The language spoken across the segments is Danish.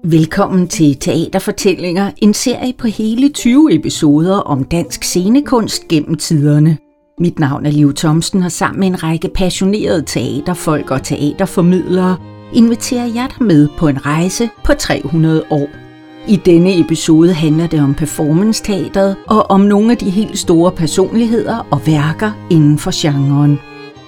Velkommen til Teaterfortællinger, en serie på hele 20 episoder om dansk scenekunst gennem tiderne. Mit navn er Liv Thomsen, og sammen med en række passionerede teaterfolk og teaterformidlere inviterer jeg dig med på en rejse på 300 år. I denne episode handler det om performance-teateret og om nogle af de helt store personligheder og værker inden for genren.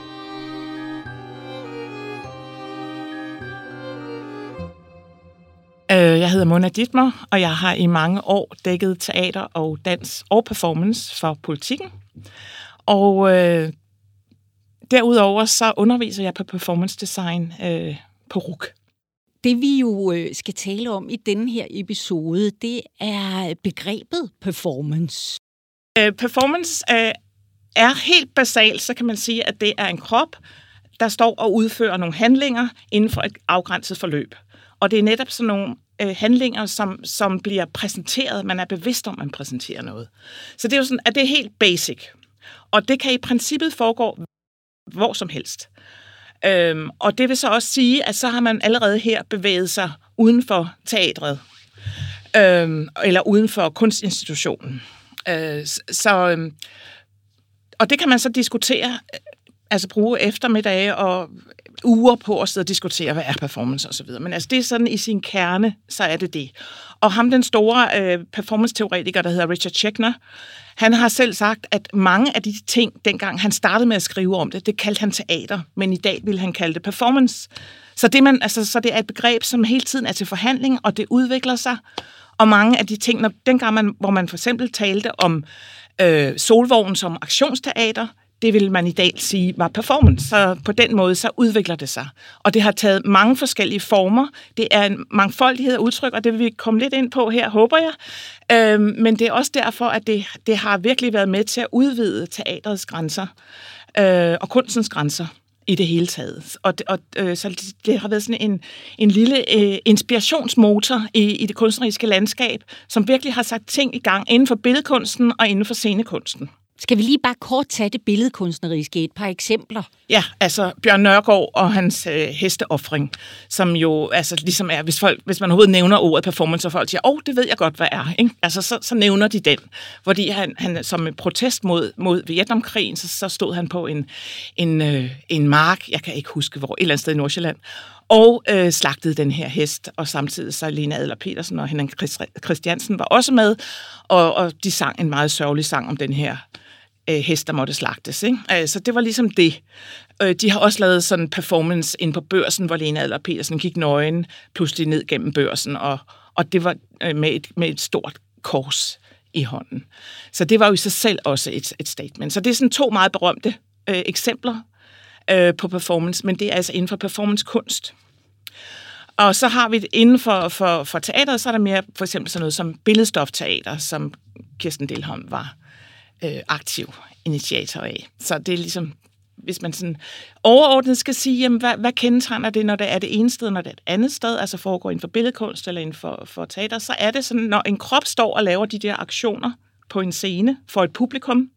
Jeg hedder Mona Dittmer, og jeg har i mange år dækket teater og dans og performance for Politiken. Og derudover så underviser jeg på performance design på RUC. Det vi jo skal tale om i denne her episode, det er begrebet performance. Performance er helt basalt, så kan man sige, at det er en krop, der står og udfører nogle handlinger inden for et afgrænset forløb. Og det er netop sådan nogle handlinger, som bliver præsenteret. Man er bevidst om, at man præsenterer noget. Så det er jo sådan, at det er helt basic. Og det kan i princippet foregå hvor som helst. Og det vil så også sige, at så har man allerede her bevæget sig uden for teatret. Eller uden for kunstinstitutionen. Og det kan man så diskutere, altså bruge eftermiddage og uger på at sidde og diskutere, hvad er performance og så videre. Men altså det er sådan i sin kerne, så er det det. Og ham, den store performance-teoretiker, der hedder Richard Schechner, han har selv sagt, at mange af de ting, dengang han startede med at skrive om det, det kaldte han teater, men i dag vil han kalde det performance. Så det er et begreb, som hele tiden er til forhandling, og det udvikler sig. Og mange af de ting, dengang hvor man for eksempel talte om Solvognen som aktionsteater, det vil man i dag sige var performance. Så på den måde, så udvikler det sig. Og det har taget mange forskellige former. Det er en mangfoldighed af udtryk, og det vil vi komme lidt ind på her, håber jeg. Men det er også derfor, at det har virkelig været med til at udvide teatrets grænser og kunstens grænser i det hele taget. Så det har været sådan en lille inspirationsmotor i det kunstneriske landskab, som virkelig har sat ting i gang inden for billedkunsten og inden for scenekunsten. Skal vi lige bare kort tage det billedkunstneriske, et par eksempler? Ja, altså Bjørn Nørgaard og hans hesteofring, som jo altså ligesom er, hvis man overhovedet nævner ordet performance, og folk siger, det ved jeg godt, hvad er, ikke? Altså så nævner de den, fordi han som en protest mod Vietnamkrigen, så stod han på en mark, jeg kan ikke huske hvor, et eller andet sted i Nordsjælland, og slagtede den her hest, og samtidig så Lena Adler-Petersen og Henrik Christiansen var også med, og de sang en meget sørgelig sang om den her hest, der måtte slagtes. Ikke? Så det var ligesom det. De har også lavet sådan en performance inde på Børsen, hvor Lena Adler-Petersen gik nøgen pludselig ned gennem Børsen, og det var med et stort kors i hånden. Så det var jo i sig selv også et statement. Så det er sådan to meget berømte eksempler på performance, men det er altså inden for performancekunst. Og så har vi inden for teateret, så er der mere for eksempel sådan noget som billedstofteater, som Kirsten Dehlholm var aktiv initiator af. Så det er ligesom, hvis man sådan overordnet skal sige, jamen, hvad kendetegner det, når det er det ene sted, når det er et andet sted, altså foregår inden for billedkunst eller inden for teater, så er det sådan, når en krop står og laver de der aktioner på en scene for et publikum,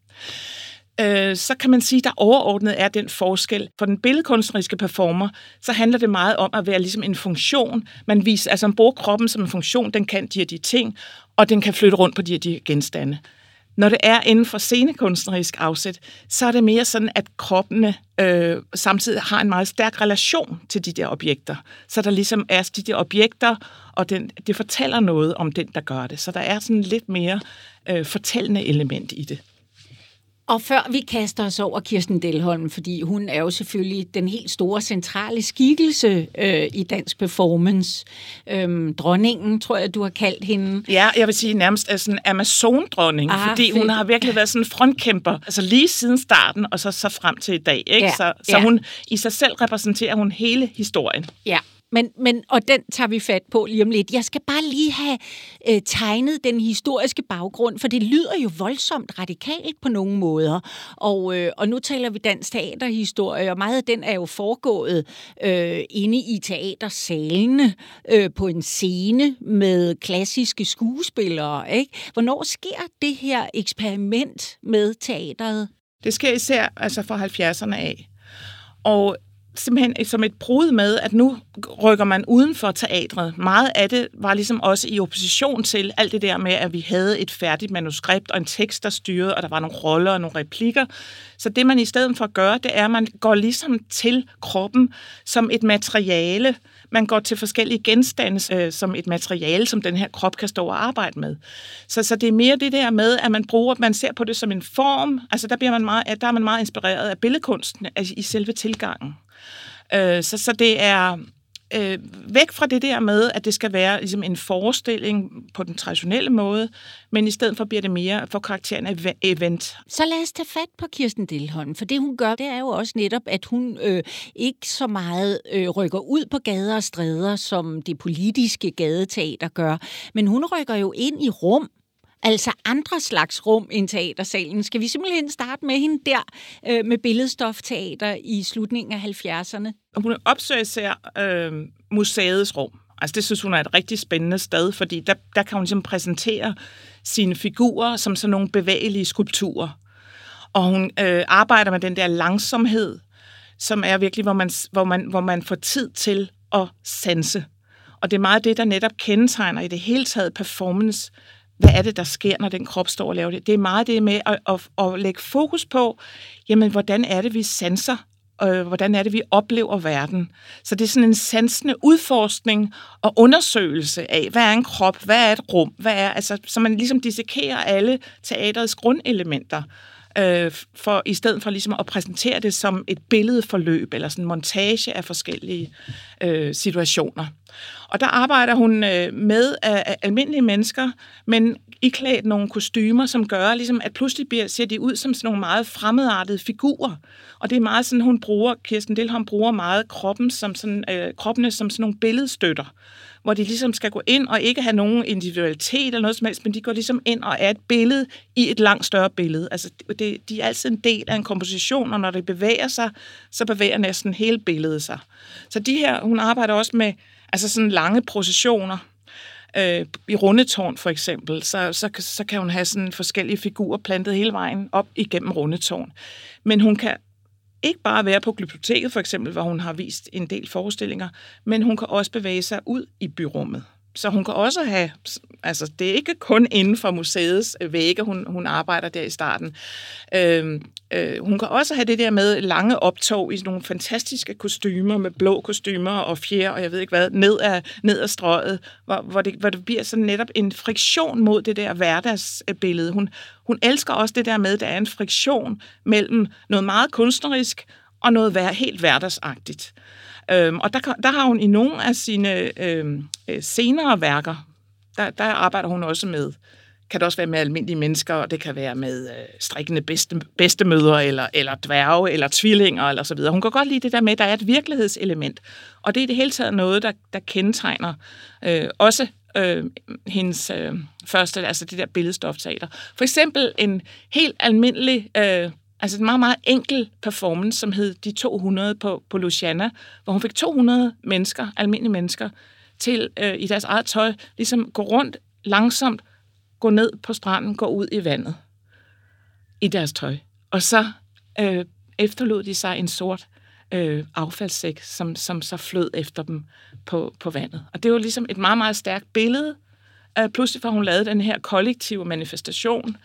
så kan man sige, der overordnet er den forskel. For den billedkunstneriske performer, så handler det meget om at være ligesom en funktion. Man viser, altså man bruger kroppen som en funktion, den kan de ting, og den kan flytte rundt på de genstande. Når det er inden for scenekunstnerisk afsæt, så er det mere sådan, at kroppene samtidig har en meget stærk relation til de der objekter. Så der ligesom er de der objekter, og det fortæller noget om den, der gør det. Så der er sådan lidt mere fortællende element i det. Og før vi kaster os over Kirsten Dehlholm, fordi hun er jo selvfølgelig den helt store centrale skikkelse i dansk performance. Dronningen, tror jeg, du har kaldt hende. Ja, jeg vil sige nærmest er sådan en Amazon-dronning, fordi hun har virkelig været sådan en frontkæmper, altså lige siden starten, og så frem til i dag. Ikke? Ja, så hun i sig selv repræsenterer hun hele historien. Ja. Og den tager vi fat på lige om lidt. Jeg skal bare lige have tegnet den historiske baggrund, for det lyder jo voldsomt radikalt på nogle måder. Og nu taler vi dansk teaterhistorie, og meget af den er jo foregået inde i teatersalene på en scene med klassiske skuespillere. Ikke? Hvornår sker det her eksperiment med teateret? Det sker især altså fra 70'erne af. Og simpelthen som et brud med, at nu rykker man uden for teatret. Meget af det var ligesom også i opposition til alt det der med, at vi havde et færdigt manuskript og en tekst, der styrede, og der var nogle roller og nogle replikker. Så det, man i stedet for at gøre, det er, at man går ligesom til kroppen som et materiale. Man går til forskellige genstande som et materiale, som den her krop kan stå og arbejde med. Så det er mere det der med, at man ser på det som en form. Altså der er man meget inspireret af billedkunsten i selve tilgangen. Så det er væk fra det der med, at det skal være ligesom en forestilling på den traditionelle måde, men i stedet for bliver det mere for karakteren af event. Så lad os tage fat på Kirsten Dehlholm, for det hun gør, det er jo også netop, at hun ikke så meget rykker ud på gader og stræder, som det politiske gadeteater gør, men hun rykker jo ind i rum, altså andre slags rum end teatersalen. Skal vi simpelthen starte med hende der med billedstofteater i slutningen af 70'erne? Hun opsøger især museets rum. Altså det synes hun er et rigtig spændende sted, fordi der kan hun simpelthen præsentere sine figurer som sådan nogle bevægelige skulpturer. Og hun arbejder med den der langsomhed, som er virkelig, hvor man får tid til at sanse. Og det er meget det, der netop kendetegner i det hele taget performance. Hvad er det, der sker, når den krop står og laver det? Det er meget det med at lægge fokus på, jamen, hvordan er det, vi sanser, hvordan er det, vi oplever verden. Så det er sådan en sansende udforskning og undersøgelse af, hvad er en krop, hvad er et rum, så man ligesom dissekerer alle teatrets grundelementer, for i stedet for ligesom at præsentere det som et billedforløb, eller sådan en montage af forskellige situationer. Og der arbejder hun med almindelige mennesker, men iklædt nogle kostymer, som gør, ligesom, at pludselig ser de ud som sådan nogle meget fremmedartede figurer. Og det er meget sådan, Kirsten Dehlholm bruger meget kroppene som sådan nogle billedstøtter, hvor de ligesom skal gå ind og ikke have nogen individualitet eller noget som helst, men de går ligesom ind og er et billede i et langt større billede. Altså, de er altid en del af en komposition, og når det bevæger sig, så bevæger næsten hele billedet sig. Så de her, hun arbejder også med sådan lange processioner. I Rundetårn for eksempel, så kan hun have sådan forskellige figurer plantet hele vejen op igennem Rundetårn. Men hun kan ikke bare være på Glyptoteket for eksempel, hvor hun har vist en del forestillinger, men hun kan også bevæge sig ud i byrummet. Så hun kan også have, det er ikke kun inden for museets vægge, hun arbejder der i starten. Hun kan også have det der med lange optog i sådan nogle fantastiske kostymer, med blå kostymer og fjer, og jeg ved ikke hvad, ned ad strøget, hvor det bliver sådan netop en friktion mod det der hverdagsbillede. Hun elsker også det der med, at der er en friktion mellem noget meget kunstnerisk og noget helt hverdagsagtigt. Og der har hun i nogle af sine senere værker, der arbejder hun også med, kan det også være med almindelige mennesker, og det kan være med strikkende bedstemødre, eller dværge, eller tvillinger, eller så videre. Hun kan godt lide det der med, at der er et virkelighedselement, og det er i det hele taget noget, der kendetegner også hendes første, altså det der billedstofteater. For eksempel en helt almindelig en meget, meget enkel performance, som hed De 200 på Louisiana, hvor hun fik 200 mennesker, almindelige mennesker, til i deres eget tøj, ligesom gå rundt langsomt, gå ned på stranden, gå ud i vandet i deres tøj. Og så efterlod de sig en sort affaldssæk, som så flød efter dem på vandet. Og det var ligesom et meget, meget stærkt billede. Pludselig får hun lavet den her kollektive manifestation.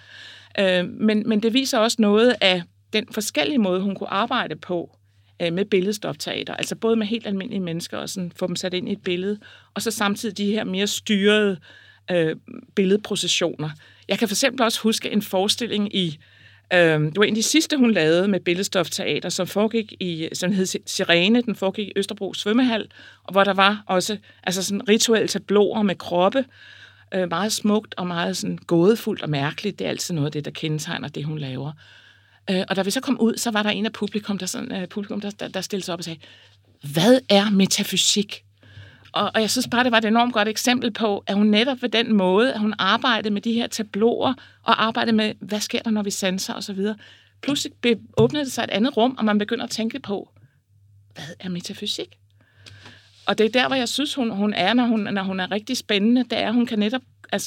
Men det viser også noget af den forskellige måde, hun kunne arbejde på med billedstofteater. Altså både med helt almindelige mennesker og sådan få dem sat ind i et billede, og så samtidig de her mere styrede billedprocessioner. Jeg kan for eksempel også huske en forestilling det var en af de sidste, hun lavede med billedstofteater, som hed Sirene, den foregik i Østerbro Svømmehal, og hvor der var også sådan rituelle tableauer med kroppe, meget smukt og meget sådan gådefuldt og mærkeligt. Det er altid noget af det, der kendetegner det, hun laver. Og da vi så kom ud, så var der en af publikum, der stillede sig op og sagde, hvad er metafysik? Og jeg synes bare, det var et enormt godt eksempel på, at hun netop ved den måde, at hun arbejdede med de her tableauer, og arbejdede med, hvad sker der, når vi sanser osv. Pludselig åbnede det sig et andet rum, og man begynder at tænke på, hvad er metafysik? Og det er der, hvor jeg synes, hun er, når hun er rigtig spændende, det er, hun kan netop,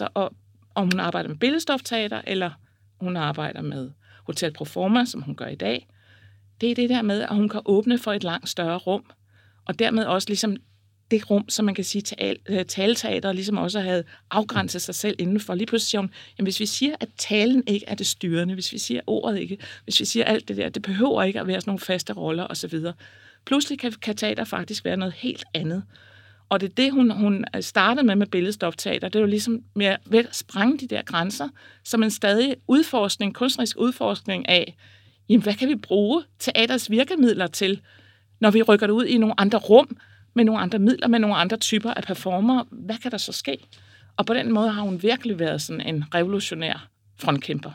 om hun arbejder med billedstofteater, eller hun arbejder med Hotel Proforma, som hun gør i dag, det er det der med, at hun kan åbne for et langt større rum, og dermed også ligesom det rum, som man kan sige, taleteater ligesom også havde afgrænset sig selv indenfor. Lige pludselig siger hun, jamen hvis vi siger, at talen ikke er det styrende, hvis vi siger ordet ikke, hvis vi siger alt det der, det behøver ikke at være sådan nogle faste roller osv. Pludselig kan teater faktisk være noget helt andet. Og det er det, hun startede med billedstofteater. Det er jo ligesom med at sprænge de der grænser, som en stadig udforskning, kunstnerisk udforskning af, jamen hvad kan vi bruge teaters virkemidler til, når vi rykker det ud i nogle andre rum, med nogle andre midler, med nogle andre typer af performer. Hvad kan der så ske? Og på den måde har hun virkelig været sådan en revolutionær frontkæmper.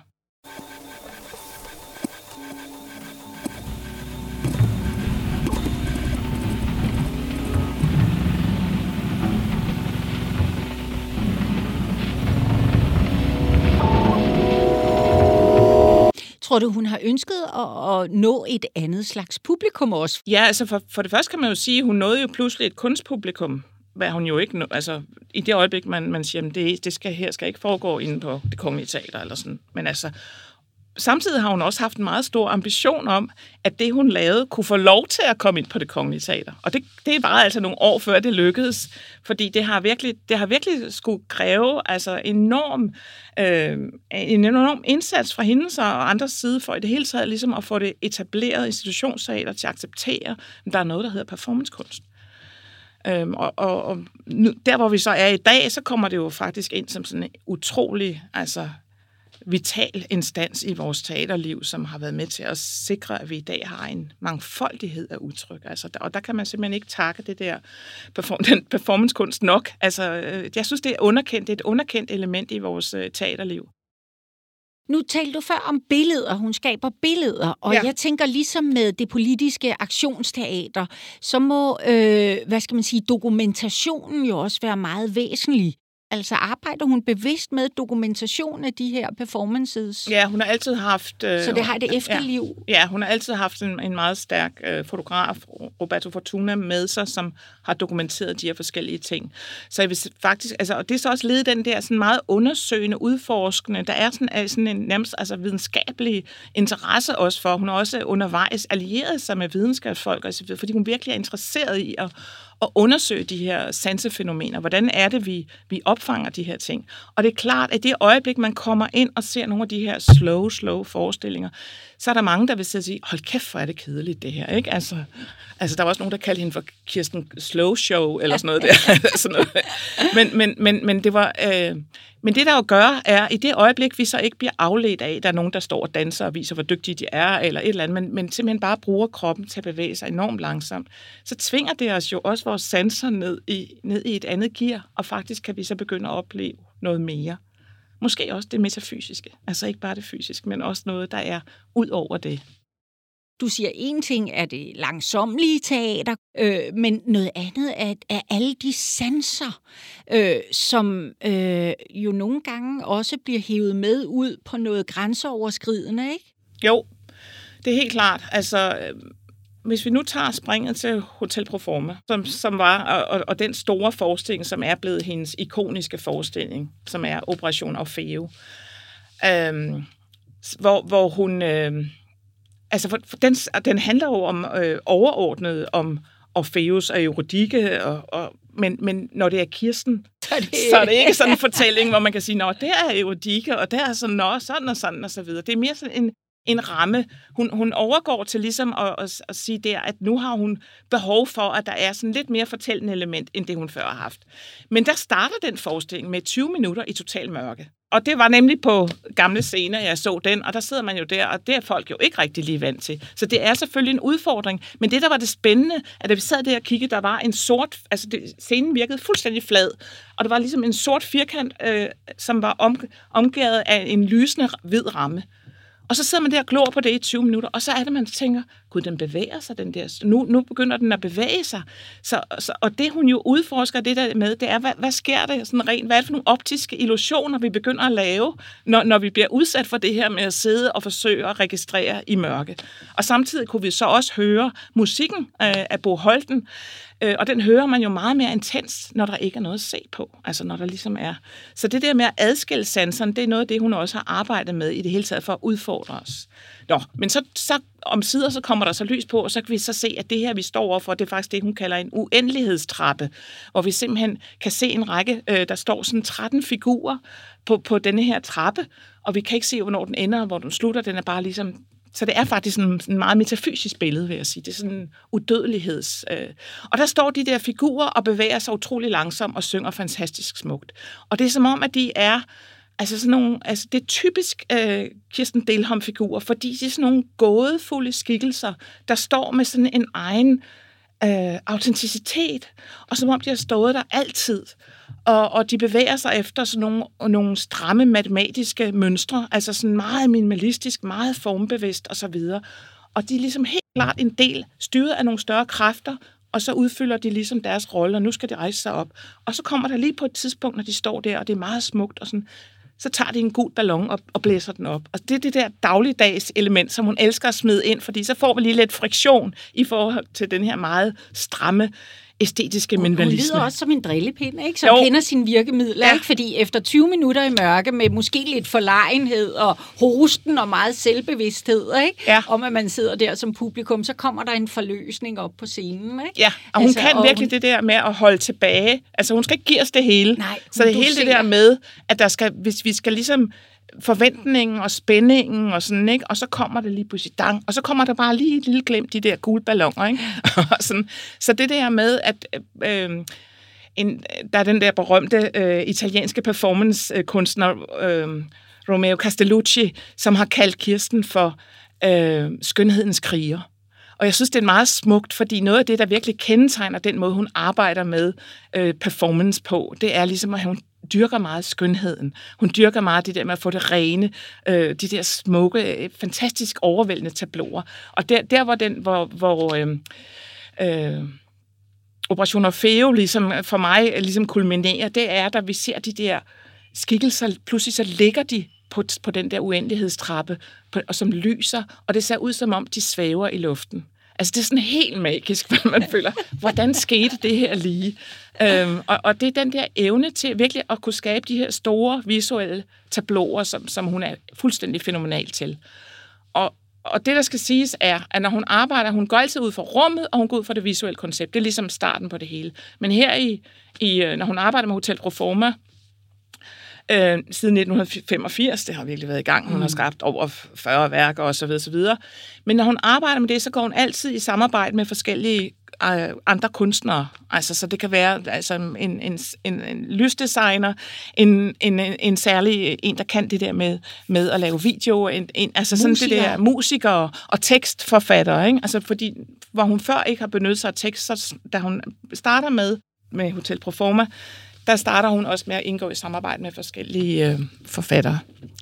Tror du, hun har ønsket at nå et andet slags publikum også? Ja, altså for det første kan man jo sige, at hun nåede jo pludselig et kunstpublikum, hvad hun jo ikke altså i det øjeblik, man siger, at det skal ikke foregå inde på Det Kongelige Teater eller sådan. Men altså, samtidig har hun også haft en meget stor ambition om, at det, hun lavede, kunne få lov til at komme ind på Det Kongelige Teater. Og det var altså nogle år før det lykkedes, fordi det har virkelig skulle kræve altså en enorm indsats fra hendes og andres side for i det hele taget ligesom at få det etableret institutionsteater til at acceptere, at der er noget, der hedder performancekunst. Og nu, der, hvor vi så er i dag, så kommer det jo faktisk ind som sådan en utrolig vital instans i vores teaterliv, som har været med til at sikre, at vi i dag har en mangfoldighed af udtryk. Altså, og der kan man simpelthen ikke takke det der den performancekunst nok. Altså, jeg synes, det er underkendt. Det er et underkendt element i vores teaterliv. Nu talte du før om billeder. Hun skaber billeder, og ja. Jeg tænker ligesom med det politiske aktionsteater, så må, dokumentationen jo også være meget væsentlig. Altså arbejder hun bevidst med dokumentation af de her performances? Ja, hun har altid haft... så det har det efterliv? Ja, hun har altid haft en meget stærk fotograf, Roberto Fortuna, med sig, som har dokumenteret de her forskellige ting. Så jeg vil faktisk... og det er så også ledet den der sådan meget undersøgende, udforskende. Der er sådan en nærmest videnskabelig interesse også for. Hun har også undervejs allieret sig med videnskabsfolk, fordi hun virkelig er interesseret i at undersøge de her sansefænomener. Hvordan er det, vi opfanger de her ting? Og det er klart, at det øjeblik, man kommer ind og ser nogle af de her slow forestillinger, så er der mange, der vil sige, hold kæft, hvor er det kedeligt, det her. Ikke? Altså, der var også nogen, der kaldte hende for Kirsten Slow Show, eller sådan noget der. sådan noget. Men det var... Men det, der jo gør, er, i det øjeblik, vi så ikke bliver afledt af, der er nogen, der står og danser og viser, hvor dygtige de er, eller et eller andet, men simpelthen bare bruger kroppen til at bevæge sig enormt langsomt, så tvinger det os jo også vores sanser ned i et andet gear, og faktisk kan vi så begynde at opleve noget mere. Måske også det metafysiske. Altså ikke bare det fysiske, men også noget, der er ud over det. Du siger, en ting er det langsommelige teater, men noget andet er alle de sanser, som jo nogle gange også bliver hævet med ud på noget grænseoverskridende, ikke? Jo, det er helt klart. Altså, hvis vi nu tager springet til Hotel Proforma, som var, og den store forestilling, som er blevet hendes ikoniske forestilling, som er Operation Orfeo, hvor hun... den handler jo om overordnet, om Orfeus og Eurydike, men når det er Kirsten, så er det ikke sådan en fortælling, hvor man kan sige, nå, der er Eurydike, og der er sådan, nå, sådan og sådan og så videre. Det er mere sådan en ramme. Hun overgår til ligesom at sige der, at nu har hun behov for, at der er sådan lidt mere fortællende element, end det hun før har haft. Men der starter den forestilling med 20 minutter i total mørke. Og det var nemlig på gamle scener, jeg så den, og der sidder man jo der, og det er folk jo ikke rigtig lige vant til. Så det er selvfølgelig en udfordring. Men det, der var det spændende, at da vi sad der og kiggede, der var en sort, scenen virkede fuldstændig flad, og der var ligesom en sort firkant, som var omgivet af en lysende hvid ramme. Og så sidder man der og glor på det i 20 minutter, og så er det, man tænker, gud, den bevæger sig, den der. Nu begynder den at bevæge sig. Og det, hun jo udforsker det der med, det er, hvad sker der sådan rent? Hvad er det for nogle optiske illusioner, vi begynder at lave, når vi bliver udsat for det her med at sidde og forsøge at registrere i mørke? Og samtidig kunne vi så også høre musikken af Bo Holten, og den hører man jo meget mere intens, når der ikke er noget at se på. Altså når der ligesom er. Så det der med at adskille sanserne, det er noget af det, hun også har arbejdet med i det hele taget for at udforske udfordre os. Nå, men så omsider så kommer der så lys på, og så kan vi så se, at det her, vi står overfor, det er faktisk det, hun kalder en uendelighedstrappe, hvor vi simpelthen kan se en række, der står sådan 13 figurer på denne her trappe, og vi kan ikke se, hvornår den ender, og hvor den slutter. Den er bare ligesom... Så det er faktisk sådan en meget metafysisk billede, vil jeg sige. Det er sådan en udødeligheds... Og der står de der figurer og bevæger sig utrolig langsomt og synger fantastisk smukt. Og det er som om, at de er... Altså sådan nogle, altså det er typisk Kirsten Dehlholm-figurer, fordi de er sådan nogle gådefulde skikkelser, der står med sådan en egen autenticitet, og som om de har stået der altid. Og de bevæger sig efter sådan nogle stramme matematiske mønstre, altså sådan meget minimalistisk, meget formbevidst osv. Og de er ligesom helt klart en del styret af nogle større kræfter, og så udfylder de ligesom deres rolle, og nu skal de rejse sig op. Og så kommer der lige på et tidspunkt, når de står der, og det er meget smukt, og sådan, så tager de en gul ballon og blæser den op. Og det er det der dagligdags element, som hun elsker at smide ind, fordi så får vi lige lidt friktion i forhold til den her meget stramme æstetiske minimalisme. Hun lyder også som en drillepind, ikke? Som kender sine virkemidler, ikke? Fordi efter 20 minutter i mørke med måske lidt forlegenhed og hosten og meget selvbevidsthed, ikke? Ja. Om at man sidder der som publikum, så kommer der en forløsning op på scenen, ikke? Ja, og hun kan virkelig det der med at holde tilbage. Altså hun skal ikke give os det hele. Nej, så det er hele det der med, at der skal, hvis vi skal ligesom forventningen og spændingen og sådan, ikke? Og så kommer det lige pludselig dang, og så kommer der bare lige et lille glimt, de der gule balloner, ikke? Sådan. Så det der med, at der er den der berømte italienske performancekunstner Romeo Castellucci, som har kaldt Kirsten for skønhedens kriger. Og jeg synes, det er meget smukt, fordi noget af det, der virkelig kendetegner den måde, hun arbejder med performance på, det er ligesom, at hun dyrker meget skønheden. Hun dyrker meget det der med at få det rene, de der smukke, fantastisk overvældende tableauer. Og der hvor Operation Orfeo ligesom, for mig ligesom kulminerer, det er, da vi ser de der skikkelser, pludselig så ligger de på den der uendelighedstrappe, og som lyser, og det ser ud som om, de svæver i luften. Altså, det er sådan helt magisk, hvad man føler. Hvordan skete det her lige? Og det er den der evne til virkelig at kunne skabe de her store visuelle tableauer, som hun er fuldstændig fænomenal til. Og det, der skal siges, er, at når hun arbejder, hun går altid ud fra rummet, og hun går ud fra det visuelle koncept. Det er ligesom starten på det hele. Men her når hun arbejder med Hotel Proforma, siden 1985, det har virkelig været i gang. Hun har skabt over 40 værker osv. Men når hun arbejder med det, så går hun altid i samarbejde med forskellige andre kunstnere. Altså, så det kan være altså, en lysdesigner, en særlig en, der kan det der med at lave video, altså sådan det der musikere og tekstforfattere, ikke? Altså, fordi hvor hun før ikke har benyttet sig af tekst, så da hun starter med Hotel Proforma, der starter hun også med at indgå i samarbejde med forskellige forfattere.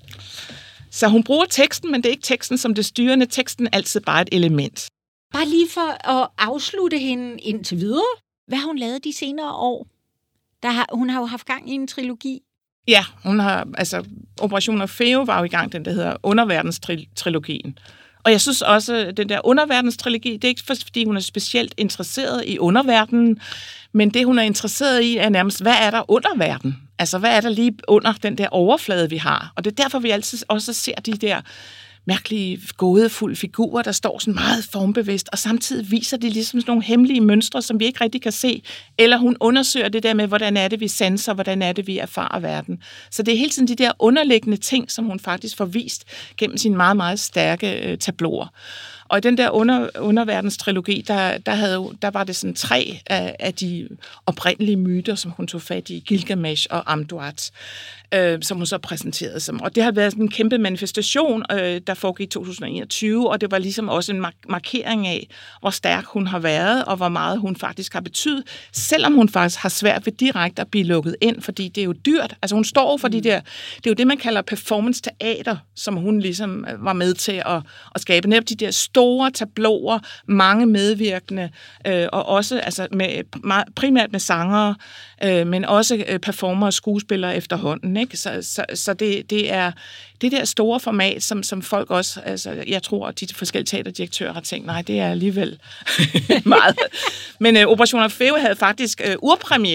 Så hun bruger teksten, men det er ikke teksten som det styrende. Teksten er altid bare et element. Bare lige for at afslutte hende indtil videre. Hvad har hun lavet de senere år? Hun har jo haft gang i en trilogi. Ja, hun har, altså Operation Orfeo var jo i gang, den der hedder Underverdenstrilogien. Og jeg synes også, den der underverdenstrilogi, det er ikke fordi hun er specielt interesseret i underverdenen, men det, hun er interesseret i, er nærmest, hvad er der under verden? Altså, hvad er der lige under den der overflade, vi har? Og det er derfor, vi altid også ser de der mærkelige, gådefulde figurer, der står sådan meget formbevidst, og samtidig viser de ligesom sådan nogle hemmelige mønstre, som vi ikke rigtig kan se. Eller hun undersøger det der med, hvordan er det, vi sanser, hvordan er det, vi erfarer verden. Så det er hele tiden de der underliggende ting, som hun faktisk får vist gennem sine meget, meget stærke tableauer. Og i den der underverdenstrilogi, der var det sådan 3 af de oprindelige myter, som hun tog fat i, Gilgamesh og Amduat, som hun så præsenterede som. Og det har været sådan en kæmpe manifestation, der foregik i 2021, og det var ligesom også en markering af, hvor stærk hun har været, og hvor meget hun faktisk har betydet, selvom hun faktisk har svært ved direkte at blive lukket ind, fordi det er jo dyrt. Altså hun står for det er jo det, man kalder performance-teater, som hun ligesom var med til at skabe. Netop de der store tableauer, mange medvirkende, og også altså primært med sangere, men også performere og skuespillere efterhånden. Ikke? Så det er det der store format, som folk også, altså jeg tror, at de forskellige teaterdirektører har tænkt, nej, det er alligevel meget. Men Operation Orfeo havde faktisk urpremiere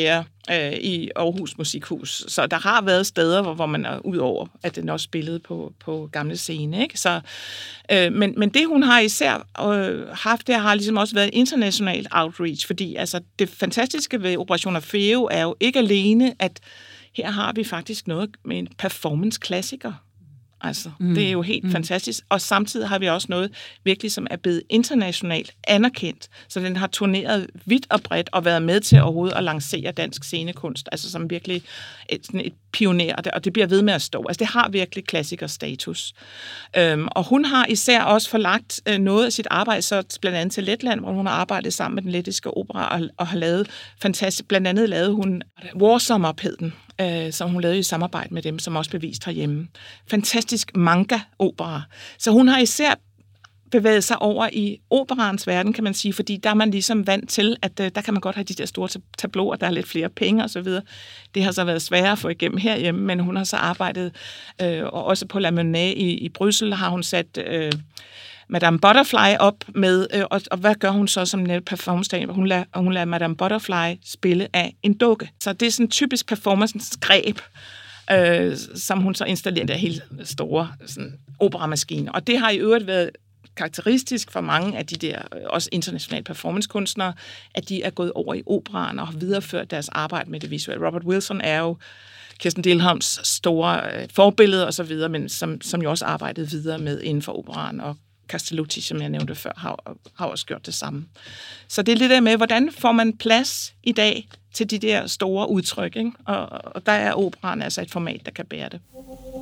i Aarhus Musikhus. Så der har været steder, hvor man er ud over, at den også spillede på gamle scene. Ikke? Så, men det, hun har især haft, det har ligesom også været international outreach, fordi altså, det fantastiske ved Operation Orfeo er jo ikke alene, at her har vi faktisk noget med en performance-klassiker. Altså, det er jo helt fantastisk. Og samtidig har vi også noget virkelig, som er blevet internationalt anerkendt. Så den har turneret vidt og bredt og været med til overhovedet at lancere dansk scenekunst. Altså som virkelig et pioner, og det bliver ved med at stå. Altså det har virkelig klassikerstatus. Og hun har især også forlagt noget af sit arbejde, så blandt andet til Letland, hvor hun har arbejdet sammen med den lettiske opera og har lavet fantastisk. Blandt andet lavede hun Warsummer, hed den, som hun lavede i samarbejde med dem, som også bevist herhjemme. Fantastisk manga-opera. Så hun har især bevæget sig over i operaens verden, kan man sige, fordi der er man ligesom vant til, at der kan man godt have de der store tableauer, der er lidt flere penge og så videre. Det har så været sværere at få igennem herhjemme, men hun har så arbejdet, og også på La Monnaie i Bryssel har hun sat Madame Butterfly op med, og hvad gør hun så som net performance? Hun lader Madame Butterfly spille af en dukke. Så det er sådan en typisk performance-greb, som hun så installerer der helt store sådan, operamaskine. Og det har i øvrigt været karakteristisk for mange af de der også internationale performancekunstnere, at de er gået over i operaen og har videreført deres arbejde med det visuelle. Robert Wilson er jo Kirsten Delholms store forbillede og så videre, men som jo også arbejdede videre med inden for operaen, og Castellucci, som jeg nævnte før, har også gjort det samme. Så det er lidt der med, hvordan får man plads i dag til de der store udtryk, ikke? Og der er operaen altså et format, der kan bære det.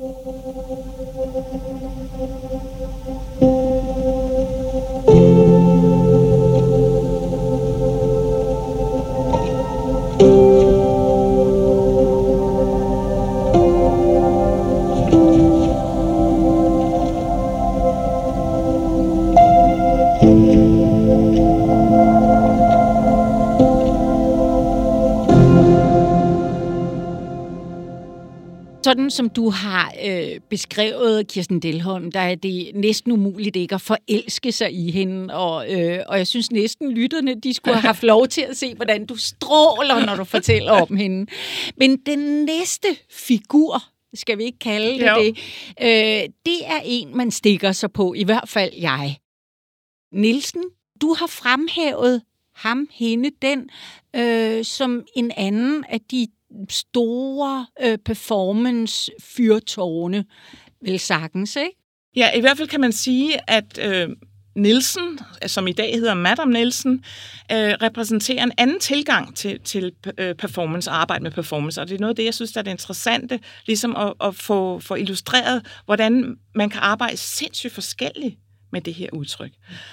Sådan som du har beskrevet Kirsten Delholm, der er det næsten umuligt ikke at forelske sig i hende, og jeg synes næsten lytterne, de skulle have haft lov til at se, hvordan du stråler, når du fortæller om hende. Men den næste figur, skal vi ikke kalde det det er en, man stikker sig på, i hvert fald jeg. Nielsen, du har fremhævet ham, hende, den, som en anden af de store performance-fyrtårne, vel sagtens, ikke? Ja, i hvert fald kan man sige, at Nielsen, som i dag hedder Madame Nielsen, repræsenterer en anden tilgang til performance og arbejde med performance, og det er noget af det, jeg synes, der er det interessante, ligesom at få illustreret, hvordan man kan arbejde sindssygt forskelligt med det her udtryk.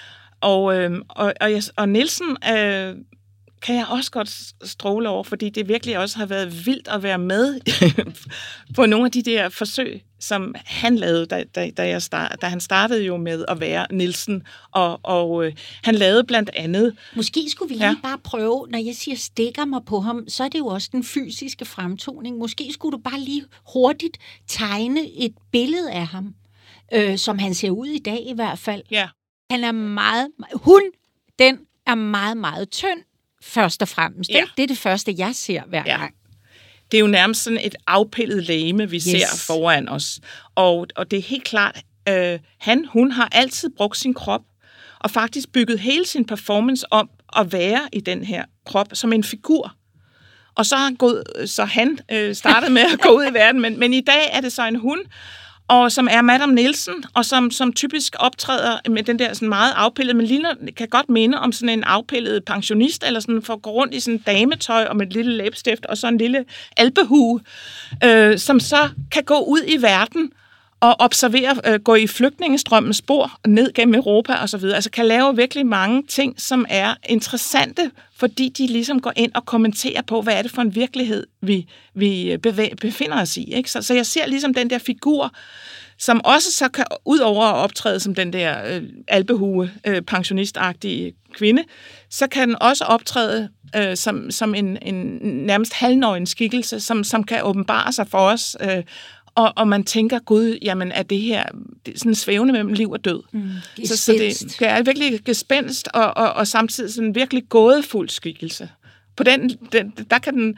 Og Nielsen kan jeg også godt stråle over, fordi det virkelig også har været vildt at være med på nogle af de der forsøg, som han lavede, da han startede jo med at være Nielsen, og han lavede blandt andet... Måske skulle vi lige bare prøve, når jeg siger stikker mig på ham, så er det jo også den fysiske fremtoning. Måske skulle du bare lige hurtigt tegne et billede af ham, som han ser ud i dag i hvert fald. Ja. Han er den er meget, meget tynd, først og fremmest. Ja. Det er det første, jeg ser hver gang. Det er jo nærmest sådan et afpillet legeme, vi ser foran os. Og det er helt klart, hun har altid brugt sin krop, og faktisk bygget hele sin performance om at være i den her krop som en figur. Og så har han startet med at gå ud i verden, men i dag er det så en hun, og som er Madame Nielsen, og som typisk optræder med den der sådan meget afpillede, men kan godt minde om sådan en afpillet pensionist, eller sådan for at gå rundt i sådan dametøj og med et lille læbestift, og så en lille alpehue, som så kan gå ud i verden og observere, gå i flygtningestrømmens spor ned gennem Europa og så videre. Altså kan lave virkelig mange ting, som er interessante, fordi de ligesom går ind og kommenterer på, hvad er det for en virkelighed, vi befinder os i. Ikke? Så jeg ser ligesom den der figur, som også så kan, ud over at optræde som den der alpehue, pensionistagtige kvinde, så kan den også optræde som en nærmest halvnøgen skikkelse, som kan åbenbare sig for os, og man tænker, gud, jamen er det her sådan svævende mellem liv og død. Så det er virkelig gespenst, og samtidig sådan virkelig gådefuld skikkelse. På der kan den,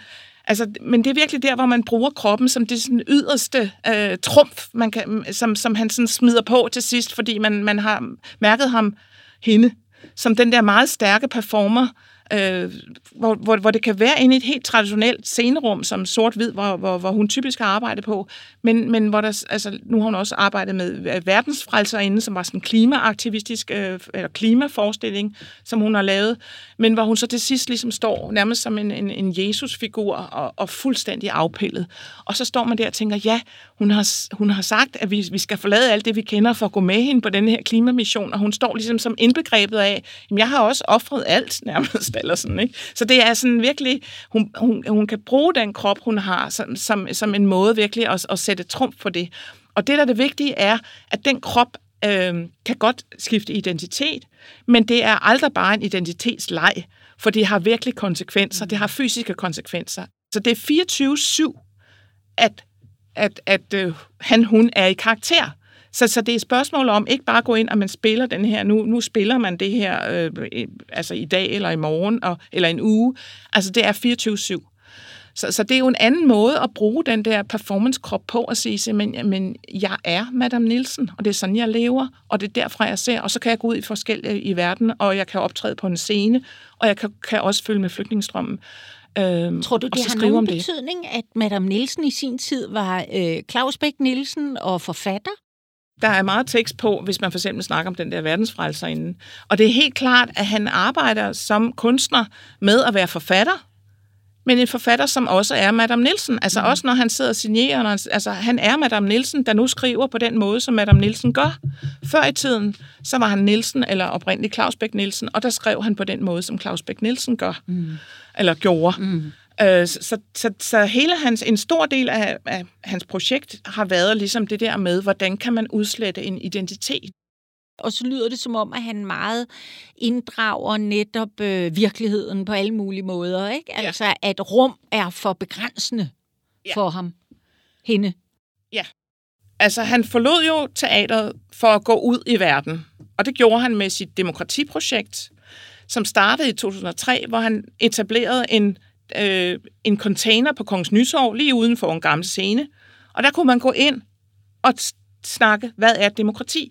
Altså, men det er virkelig der, hvor man bruger kroppen som det sådan yderste trumf, man kan, som han sådan smider på til sidst, fordi man har mærket hende, som den der meget stærke performer, hvor det kan være inde i et helt traditionelt scenerum, som sort-hvid, hvor hun typisk har arbejdet på, men hvor der, altså, nu har hun også arbejdet med verdensfrelserinde, som var sådan en klimaaktivistisk, eller klimaforestilling, som hun har lavet, men hvor hun så til sidst ligesom står nærmest som en Jesus-figur og fuldstændig afpillet. Og så står man der og tænker, ja, hun har sagt, at vi skal forlade alt det, vi kender, for at gå med hende på den her klimamission, og hun står ligesom som indbegrebet af, jamen, jeg har også offret alt nærmest, eller sådan, ikke? Så det er sådan virkelig, hun kan bruge den krop, hun har, som en måde virkelig at sætte trumf på det. Og det, der er det vigtige, er, at den krop kan godt skifte identitet, men det er aldrig bare en identitetsleg, for det har virkelig konsekvenser, det har fysiske konsekvenser. Så det er 24/7, at hun er i karakter. Så det er et spørgsmål om ikke bare at gå ind, og man spiller den her, nu spiller man det her, altså i dag eller i morgen, eller en uge. Altså det er 24/7. Så det er jo en anden måde at bruge den der performance-krop på, at sige, men jeg er Madame Nielsen, og det er sådan, jeg lever, og det er derfra, jeg ser, og så kan jeg gå ud i forskellige i verden, og jeg kan optræde på en scene, og jeg kan også følge med flygtningestrømmen. Tror du, det har nogen betydning, at Madame Nielsen i sin tid var Claus Bech Nielsen og forfatter? Der er meget tekst på, hvis man for eksempel snakker om den der verdensfrelserinde. Og det er helt klart, at han arbejder som kunstner med at være forfatter, men en forfatter, som også er Madame Nielsen. Altså også når han sidder og signerer, altså han er Madame Nielsen, der nu skriver på den måde, som Madame Nielsen gør. Før i tiden, så var han Nielsen, eller oprindeligt Claus Bech Nielsen, og der skrev han på den måde, som Claus Bech Nielsen gør, eller gjorde. Så hele en stor del af hans projekt har været ligesom det der med, hvordan kan man udslette en identitet. Og så lyder det som om, at han meget inddrager netop virkeligheden på alle mulige måder, ikke? Ja. Altså, at rum er for begrænsende for ham, hende. Ja, altså han forlod jo teateret for at gå ud i verden, og det gjorde han med sit demokratiprojekt, som startede i 2003, hvor han etablerede en container på Kongens Nytorv, lige uden for en gammel scene. Og der kunne man gå ind og snakke, hvad er demokrati?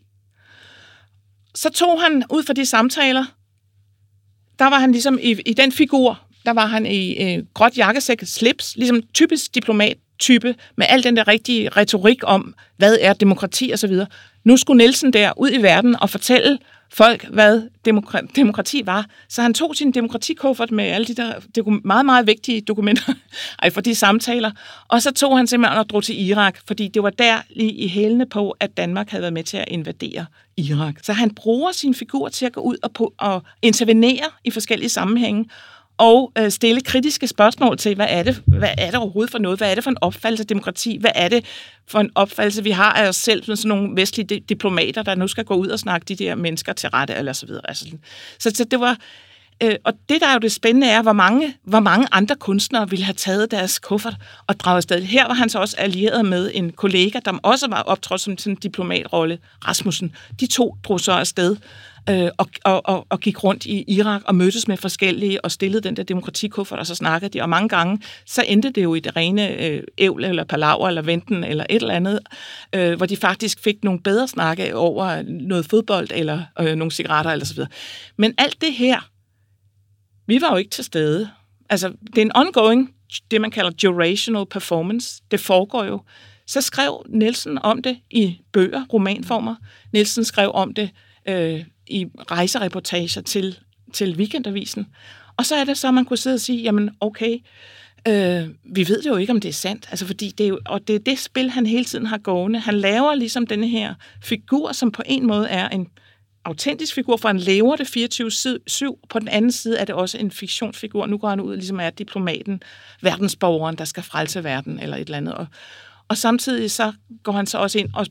Så tog han ud fra de samtaler, der var han ligesom i den figur, der var han i gråt jakkesæk, slips, ligesom typisk diplomat-type, med al den der rigtige retorik om, hvad er demokrati og så videre. Nu skulle Nielsen der ud i verden og fortælle folk, hvad demokrati var. Så han tog sin demokratikuffert med alle de der meget, meget vigtige dokumenter for de samtaler, og så tog han simpelthen og drog til Irak, fordi det var der lige i hælene på, at Danmark havde været med til at invadere Irak. Så han bruger sin figur til at gå ud og intervenere i forskellige sammenhænge, og stille kritiske spørgsmål til, hvad er det overhovedet for noget? Hvad er det for en opfattelse af demokrati? Hvad er det for en opfattelse, vi har af os selv, sådan nogle vestlige diplomater, der nu skal gå ud og snakke de der mennesker til rette, eller så videre. Altså, så det var... Og det, der er jo det spændende, er, hvor mange andre kunstnere ville have taget deres kuffert og draget afsted. Her var han så også allieret med en kollega, der også var optrådt som sådan en diplomatrolle, Rasmussen. De to drog så afsted og gik rundt i Irak og mødtes med forskellige og stillede den der demokratikuffert, og så snakkede de. Og mange gange, så endte det jo i det rene ævl eller palaver eller venten eller et eller andet, hvor de faktisk fik nogle bedre snakke over noget fodbold eller nogle cigaretter eller så videre. Men alt det her, vi var jo ikke til stede. Altså, det er en ongoing, det man kalder durational performance. Det foregår jo. Så skrev Nielsen om det i bøger, romanformer. Nielsen skrev om det i rejsereportager til Weekendavisen. Og så er det så, man kunne sidde og sige, jamen okay, vi ved det jo ikke, om det er sandt. Altså, fordi det er jo, og det er det spil, han hele tiden har gående. Han laver ligesom denne her figur, som på en måde er en autentisk figur, for han lever det 24/7. På den anden side er det også en fiktionsfigur. Nu går han ud, ligesom er diplomaten, verdensborgeren, der skal frelse verden, eller et eller andet. Og samtidig så går han så også ind og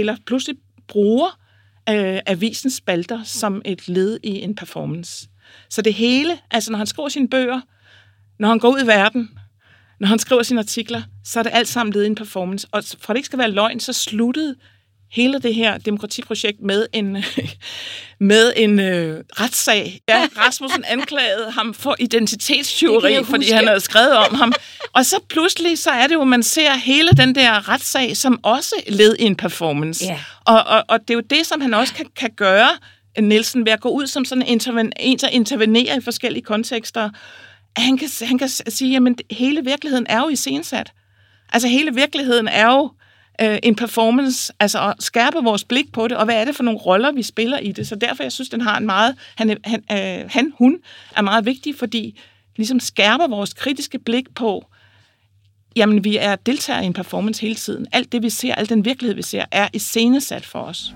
bruger avisens spalter som et led i en performance. Så det hele, altså når han skriver sine bøger, når han går ud i verden, når han skriver sine artikler, så er det alt sammen led i en performance. Og for at det ikke skal være løgn, så sluttede hele det her demokratiprojekt med en retssag. Ja, Rasmussen anklagede ham for identitetstyveri, fordi han havde skrevet om ham. Og så pludselig, så er det jo, man ser hele den der retssag, som også led i en performance. Yeah. Og det er jo det, som han også kan gøre, Nielsen, ved at gå ud som sådan en, der intervenerer i forskellige kontekster. Han kan sige, jamen hele virkeligheden er jo iscenesat. Altså hele virkeligheden er jo en performance, altså at skærpe vores blik på det, og hvad er det for nogle roller, vi spiller i det. Så derfor, jeg synes, den har en meget, hun er meget vigtig, fordi ligesom skærper vores kritiske blik på, jamen vi er deltagere i en performance hele tiden. Alt det, vi ser, al den virkelighed, vi ser, er iscenesat for os.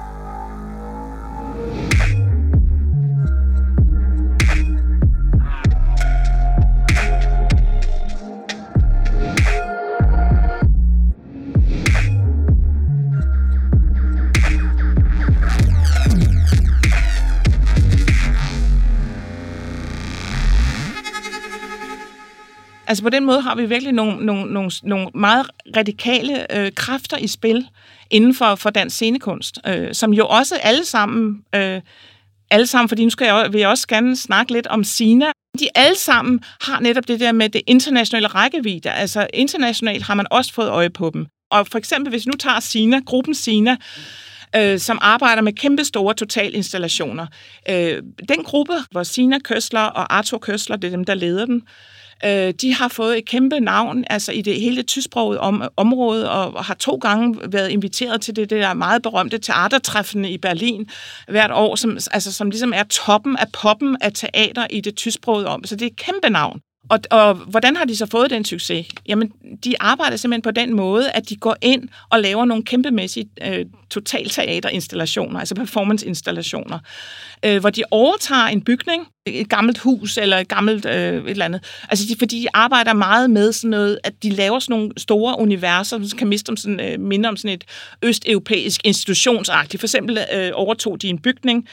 Altså på den måde har vi virkelig nogle meget radikale kræfter i spil inden for dansk scenekunst, som jo også alle sammen, fordi nu vil jeg også gerne snakke lidt om Sina. De alle sammen har netop det der med det internationale rækkevidde. Altså internationalt har man også fået øje på dem. Og for eksempel, hvis nu tager Sina, gruppen Sina, som arbejder med kæmpe store totalinstallationer. Den gruppe, hvor Sina Køsler og Arthur Køsler, det er dem, der leder den, de har fået et kæmpe navn altså i det hele tysksprogede område, og har 2 gange været inviteret til det der meget berømte teatertræffende i Berlin hvert år, som ligesom er toppen af poppen af teater i det tysksprogede om. Så det er et kæmpe navn. Og hvordan har de så fået den succes? Jamen, de arbejder simpelthen på den måde, at de går ind og laver nogle kæmpemæssige totalteaterinstallationer, altså performanceinstallationer, hvor de overtager en bygning, et gammelt hus eller et gammelt et eller andet. Altså, fordi de arbejder meget med sådan noget, at de laver sådan nogle store universer, som kan minde om sådan et østeuropæisk institutionsagtigt. For eksempel overtog de en bygning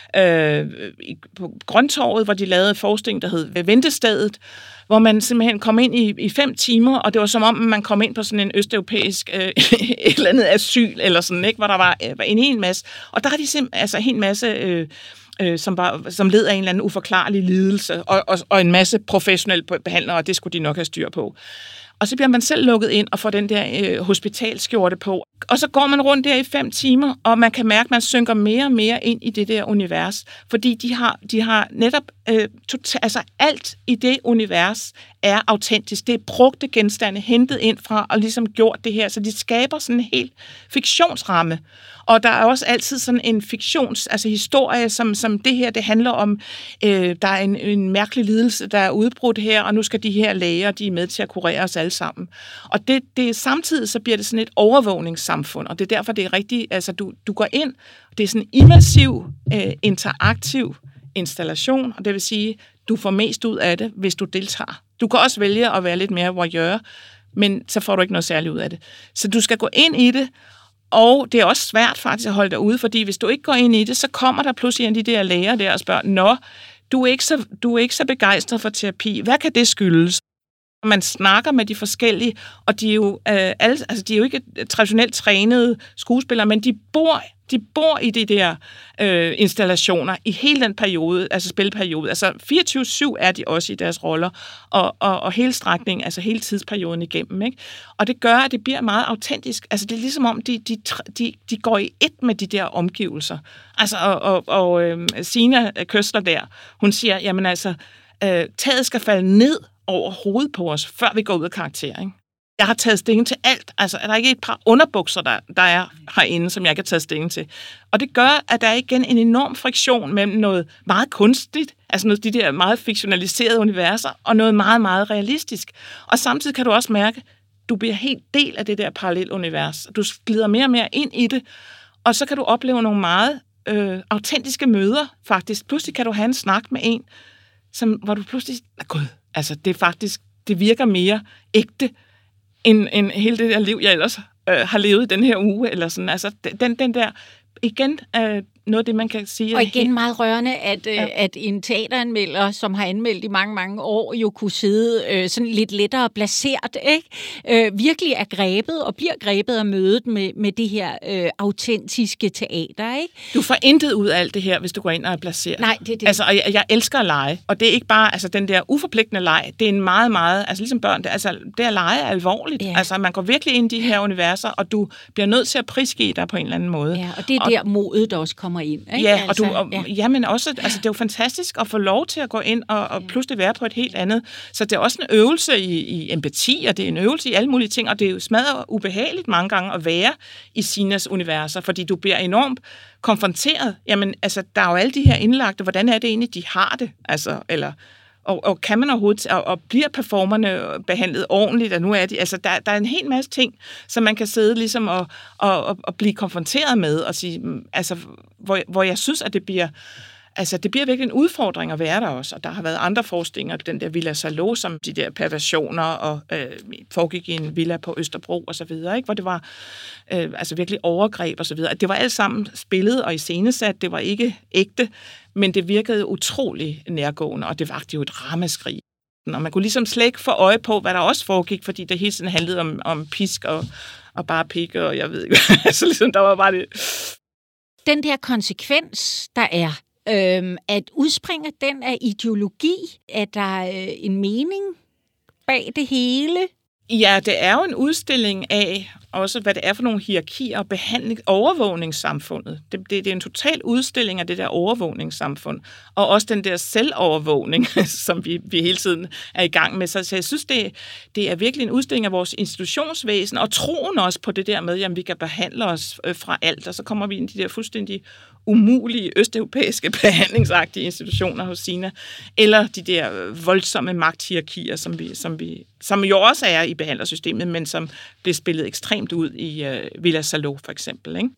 på Grøntorvet, hvor de lavede en forestilling, der hed Ventestedet, hvor man simpelthen kom ind i 5 timer, og det var som om, man kom ind på sådan en østeuropæisk et eller andet asyl, eller sådan, ikke, hvor der var en hel masse. Og der har de simpelthen altså en masse som led af en eller anden uforklarlig lidelse, og en masse professionelle behandlere, og det skulle de nok have styr på. Og så bliver man selv lukket ind og får den der hospitalskjorte på. Og så går man rundt der i 5 timer, og man kan mærke, at man synker mere og mere ind i det der univers. Fordi de har netop altså alt i det univers er autentisk. Det er brugte genstande, hentet ind fra og ligesom gjort det her. Så de skaber sådan en helt fiktionsramme. Og der er også altid sådan en historie, som det her, det handler om, der er en mærkelig lidelse, der er udbrudt her, og nu skal de her læger, de er med til at kurere os alle sammen. Og det samtidig så bliver det sådan et overvågningssamfund, og det er derfor, det er rigtigt, altså du går ind, det er sådan en immersiv, interaktiv installation, og det vil sige, du får mest ud af det, hvis du deltager. Du kan også vælge at være lidt mere voyeur, men så får du ikke noget særligt ud af det. Så du skal gå ind i det, og det er også svært faktisk at holde dig ude, fordi hvis du ikke går ind i det, så kommer der pludselig en af de der læger der og spørger, nå, du er ikke så begejstret for terapi. Hvad kan det skyldes? Man snakker med de forskellige, og de er jo, de er jo ikke traditionelt trænede skuespillere, men de bor i de der installationer i hele den periode, altså spilperiode. Altså 24/7 er de også i deres roller, og hele strækningen, altså hele tidsperioden igennem. Ikke? Og det gør, at det bliver meget autentisk. Altså det er ligesom om, de går i ét med de der omgivelser. Altså, og Sina Køsler der, hun siger, jamen altså, taget skal falde ned over hovedet på os, før vi går ud af karakter, ikke? Jeg har taget stilling til alt. Altså, er der ikke et par underbukser, der er herinde, som jeg kan tage stilling til? Og det gør, at der er igen en enorm friktion mellem noget meget kunstigt, altså noget af de der meget fiktionaliserede universer, og noget meget, meget realistisk. Og samtidig kan du også mærke, at du bliver helt del af det der parallelunivers. Du glider mere og mere ind i det, og så kan du opleve nogle meget autentiske møder, faktisk. Pludselig kan du have en snak med en, hvor du pludselig, gud, altså det er faktisk, det virker mere ægte, end hele det der liv, jeg ellers har levet den her uge, eller sådan. Altså, den der, igen, noget af det, man kan sige. Og igen meget rørende, at en teateranmelder, som har anmeldt i mange, mange år, jo kunne sidde sådan lidt lettere placeret, ikke? Virkelig er grebet og bliver grebet af mødet med det her autentiske teater, ikke? Du får intet ud af alt det her, hvis du går ind og er placeret. Nej, det er det. Altså, og jeg elsker at lege, og det er ikke bare altså, den der uforpligtende leg, det er en meget, meget, altså ligesom børn, det at lege er alvorligt. Ja. Altså, man går virkelig ind i de her universer, og du bliver nødt til at prisgive dig på en eller anden måde. Ja, og det er der modet, der også kommer ind. Ikke? Ja, altså, ja, men også, altså, det er jo fantastisk at få lov til at gå ind og pludselig være på et helt andet. Så det er også en øvelse i empati, og det er en øvelse i alle mulige ting, og det er jo smadret ubehageligt mange gange at være i Sinas universer, fordi du bliver enormt konfronteret. Jamen, altså, der er jo alle de her indlagte, hvordan er det egentlig, de har det? Altså, eller... Og kan man overhovedet, og bliver performerne behandlet ordentligt, og nu er de, altså der er en hel masse ting, som man kan sidde ligesom og blive konfronteret med, og sige, altså, hvor jeg synes, at det bliver virkelig en udfordring at være der også, og der har været andre forestillinger, den der Villa Salo, som de der perversioner, og foregik i en villa på Østerbro, og så videre, ikke? Hvor det var altså virkelig overgreb, og så videre. Det var alt sammen spillet og iscenesat, det var ikke ægte, men det virkede utrolig nærgående, og det vagte jo et ramaskrig. Og man kunne ligesom slet ikke få øje på, hvad der også foregik, fordi det hele tiden handlede om pisk og bare pikke, og jeg ved ikke, altså ligesom der var bare det. Den der konsekvens, der er, at udspringer den af ideologi? Er der en mening bag det hele? Ja, det er jo en udstilling af også, hvad det er for nogle hierarkier og overvågningssamfundet. Det er en total udstilling af det der overvågningssamfund, og også den der selvovervågning, som vi hele tiden er i gang med. Så jeg synes, det er virkelig en udstilling af vores institutionsvæsen, og troen også på det der med, at vi kan behandle os fra alt, og så kommer vi ind i de der fuldstændig umulige østeuropæiske behandlingsagtige institutioner hos Sina, eller de der voldsomme magthierarkier, som jo også er i behandlersystemet, men som bliver spillet ekstremt ud i Villa Salo for eksempel, ikke?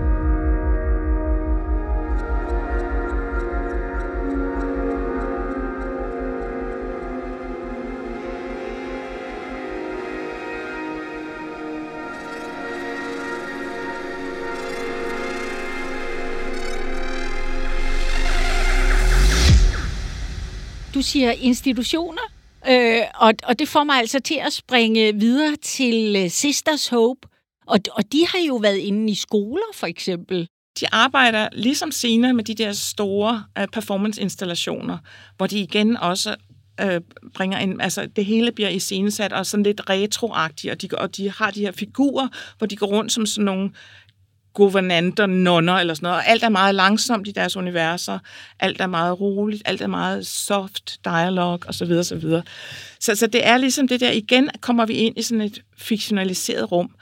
Du siger institutioner, og det får mig altså til at springe videre til Sisters Hope. Og de har jo været inde i skoler, for eksempel. De arbejder ligesom Sina med de der store performance-installationer, hvor de igen også bringer ind, altså det hele bliver iscenesat og sådan lidt retroagtigt, og de har de her figurer, hvor de går rundt som sådan nogle guvernanter, nonner eller sådan noget, og alt er meget langsomt i deres universer, alt er meget roligt, alt er meget soft dialog, og så videre, så videre. Så det er ligesom det der, igen kommer vi ind i sådan et fiktionaliseret rum,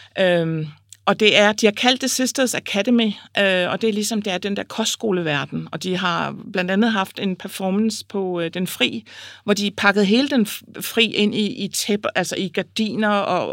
og det er, de har kaldt det Sisters Academy, og det er ligesom, det er den der kostskoleverden, og de har blandt andet haft en performance på Den Fri, hvor de pakkede hele Den Fri ind i tæpper, altså i gardiner,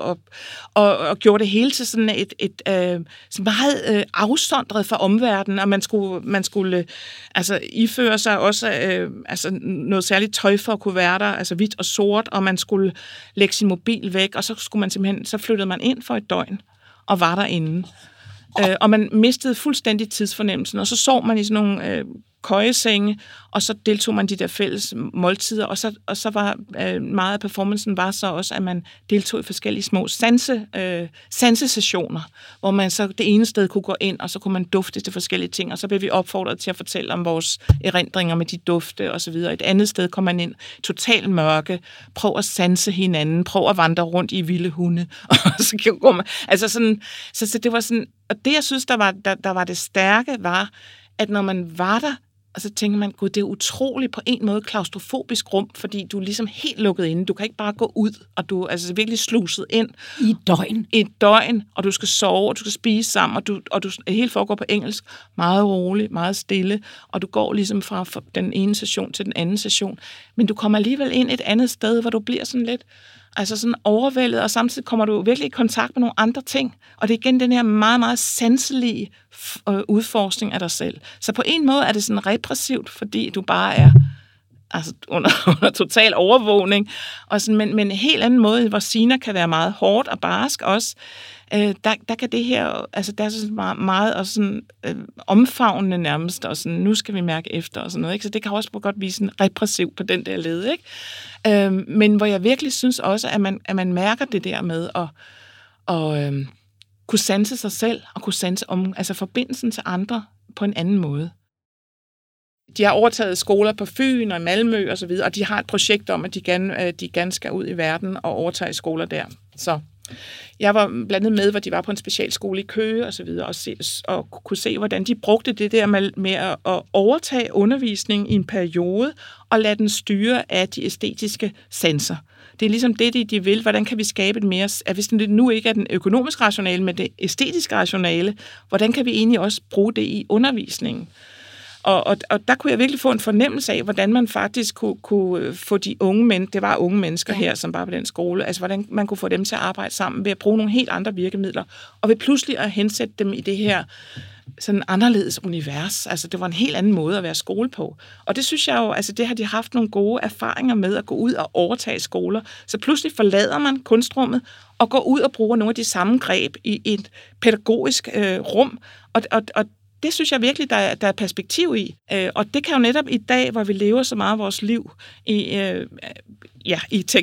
og gjorde det hele til sådan et meget afsondret fra omverdenen, og man skulle altså iføre sig også altså noget særligt tøj for at kunne være der, altså hvidt og sort, og man skulle lægge sin mobil væk, og så skulle man simpelthen, så flyttede man ind for et døgn og var derinde. Og man mistede fuldstændig tidsfornemmelsen, og så sov man i sådan nogle køjesenge, og så deltog man i de der fælles måltider, og så var meget af performancen var så også, at man deltog i forskellige små sansesessioner, hvor man så det ene sted kunne gå ind, og så kunne man dufte til forskellige ting, og så blev vi opfordret til at fortælle om vores erindringer med de dufte og så videre. Et andet sted kom man ind, totalt mørke, prøv at sanse hinanden, prøv at vandre rundt i vilde hunde, og så går man, altså sådan, så det var sådan, og det jeg synes, der var det stærke, var, at når man var der, og så tænker man, gud, det er utroligt på en måde klaustrofobisk rum, fordi du er ligesom helt lukket inde. Du kan ikke bare gå ud, og du er altså virkelig sluset ind. I et døgn. I et døgn, og du skal sove, og du skal spise sammen, og du helt foregår på engelsk. Meget roligt, meget stille, og du går ligesom fra den ene session til den anden session. Men du kommer alligevel ind et andet sted, hvor du bliver sådan lidt altså sådan overvældet, og samtidig kommer du virkelig i kontakt med nogle andre ting. Og det er igen den her meget, meget sanselige udforskning af dig selv. Så på en måde er det sådan repressivt, fordi du bare er altså under total overvågning, og sådan, men en helt anden måde, hvor Sina kan være meget hårdt og barsk også. Der kan det her, altså der er så meget og sådan omfavnende nærmest, og sådan, nu skal vi mærke efter og sådan noget, ikke? Så det kan også godt vise en repressiv på den der led, ikke? Men hvor jeg virkelig synes også, at man mærker det der med at kunne sanse sig selv, og kunne sanse altså forbindelsen til andre på en anden måde. De har overtaget skoler på Fyn og i Malmø og så videre, og de har et projekt om, at de gerne skal ud i verden og overtage skoler der. Så jeg var blandt andet med, hvor de var på en specialskole i Køge og så videre, og kunne se, hvordan de brugte det der med at overtage undervisning i en periode og lade den styre af de æstetiske sanser. Det er ligesom det, de vil. Hvordan kan vi skabe et mere... Hvis det nu ikke er den økonomiske rationale, men det æstetiske rationale, hvordan kan vi egentlig også bruge det i undervisningen? Og der kunne jeg virkelig få en fornemmelse af, hvordan man faktisk kunne få de unge mennesker, det var unge mennesker her, som var på den skole, altså hvordan man kunne få dem til at arbejde sammen ved at bruge nogle helt andre virkemidler, og ved pludselig at hensætte dem i det her sådan anderledes univers. Altså det var en helt anden måde at være skole på. Og det synes jeg jo, altså det har de haft nogle gode erfaringer med at gå ud og overtage skoler. Så pludselig forlader man kunstrummet og går ud og bruger nogle af de samme greb i et pædagogisk rum, og det synes jeg virkelig, der er perspektiv i. Og det kan jo netop i dag, hvor vi lever så meget af vores liv i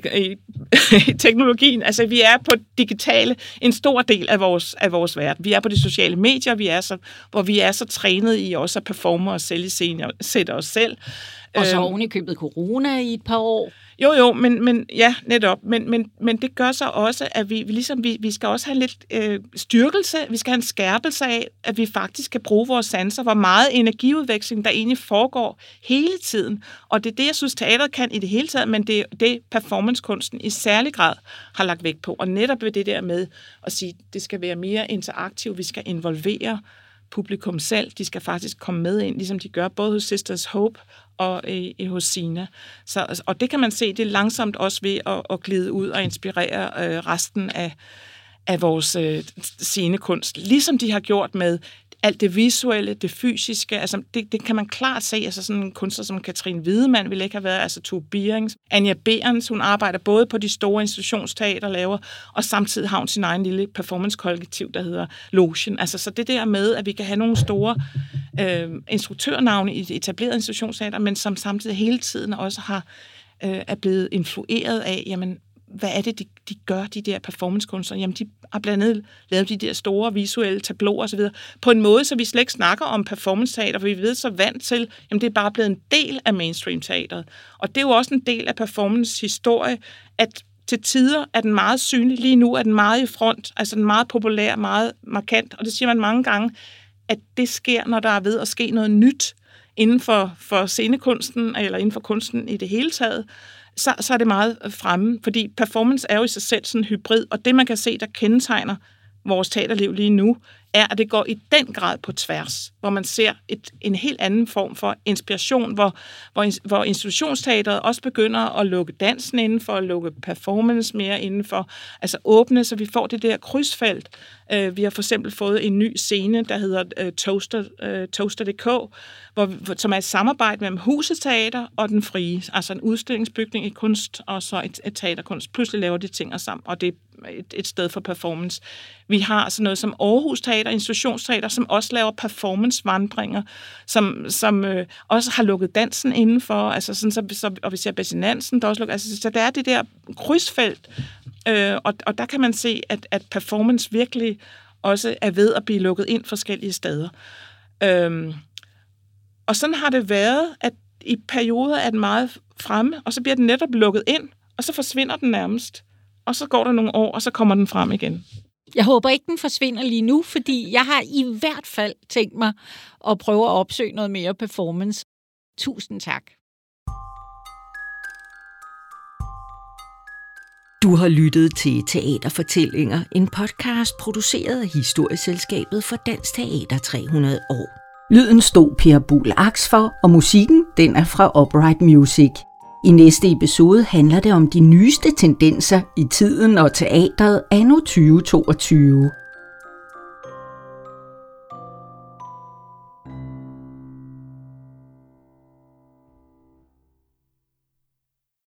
teknologien. Altså, vi er på digitale, en stor del af vores verden. Vi er på de sociale medier, hvor vi er så trænet i også at performe og sætte os selv. Og så oven i købet corona i et par år. Jo, men ja, netop. Men det gør så også, at vi skal også have lidt styrkelse, vi skal have en skærpelse af, at vi faktisk kan bruge vores sanser, hvor meget energiudveksling, der egentlig foregår hele tiden. Og det er det, jeg synes, teateret kan i det hele taget, men det er det, performancekunsten i særlig grad har lagt vægt på. Og netop ved det der med at sige, det skal være mere interaktivt, vi skal involvere publikum selv, de skal faktisk komme med ind, ligesom de gør både hos Sisters Hope og hos Sina. Og det kan man se, det er langsomt også ved at glide ud og inspirere resten af vores scenekunst, ligesom de har gjort med alt det visuelle, det fysiske, altså det kan man klart se, altså sådan en kunstner som Katrine Wiedemann ville ikke have været, altså Tove Bierings, Anja Behrens, hun arbejder både på de store institutionsteater laver, og samtidig har hun sin egen lille performance-kollektiv, der hedder Lotion. Altså så det der med, at vi kan have nogle store instruktørnavne i etablerede institutionsteater, men som samtidig hele tiden også er blevet influeret af, jamen, hvad er det, de gør, de der performancekunstnere? Jamen, de har blandt andet lavet de der store visuelle tableauer osv. på en måde, så vi slet ikke snakker om performance-teater, for vi ved så vant til, jamen, det er bare blevet en del af mainstream-teateret. Og det er jo også en del af performance-historie, at til tider er den meget synlig. Lige nu er den meget i front, altså den meget populær, meget markant, og det siger man mange gange, at det sker, når der er ved at ske noget nyt inden for scenekunsten, eller inden for kunsten i det hele taget, så er det meget fremme, fordi performance er jo i sig selv sådan en hybrid, og det man kan se, der kendetegner vores teaterliv lige nu, er, at det går i den grad på tværs, hvor man ser en helt anden form for inspiration, hvor institutionsteateret også begynder at lukke dansen indenfor, at lukke performance mere indenfor, altså åbne, så vi får det der krydsfelt. Vi har for eksempel fået en ny scene, der hedder Toaster.dk, som er et samarbejde mellem Huset Teater og Den Frie, altså en udstillingsbygning i kunst, og så et teaterkunst. Pludselig laver de ting sammen, og det er et sted for performance. Vi har sådan noget som Aarhus Teater, institutionsteater, som også laver performance-vandringer, som også har lukket dansen indenfor, altså sådan, og vi ser Bessie Nansen, der også lukker, altså, så der er det der krydsfelt, og der kan man se, at performance virkelig også er ved at blive lukket ind forskellige steder. Og sådan har det været, at i perioder er den meget fremme, og så bliver den netop lukket ind, og så forsvinder den nærmest. Og så går der nogle år, og så kommer den frem igen. Jeg håber ikke, den forsvinder lige nu, fordi jeg har i hvert fald tænkt mig at prøve at opsøge noget mere performance. Tusind tak. Du har lyttet til Teaterfortællinger, en podcast produceret af Historieselskabet for Dansk Teater 300 år. Lyden stod Per Buhl Aks for, og musikken den er fra Upright Music. I næste episode handler det om de nyeste tendenser i tiden og teatret anno 2022.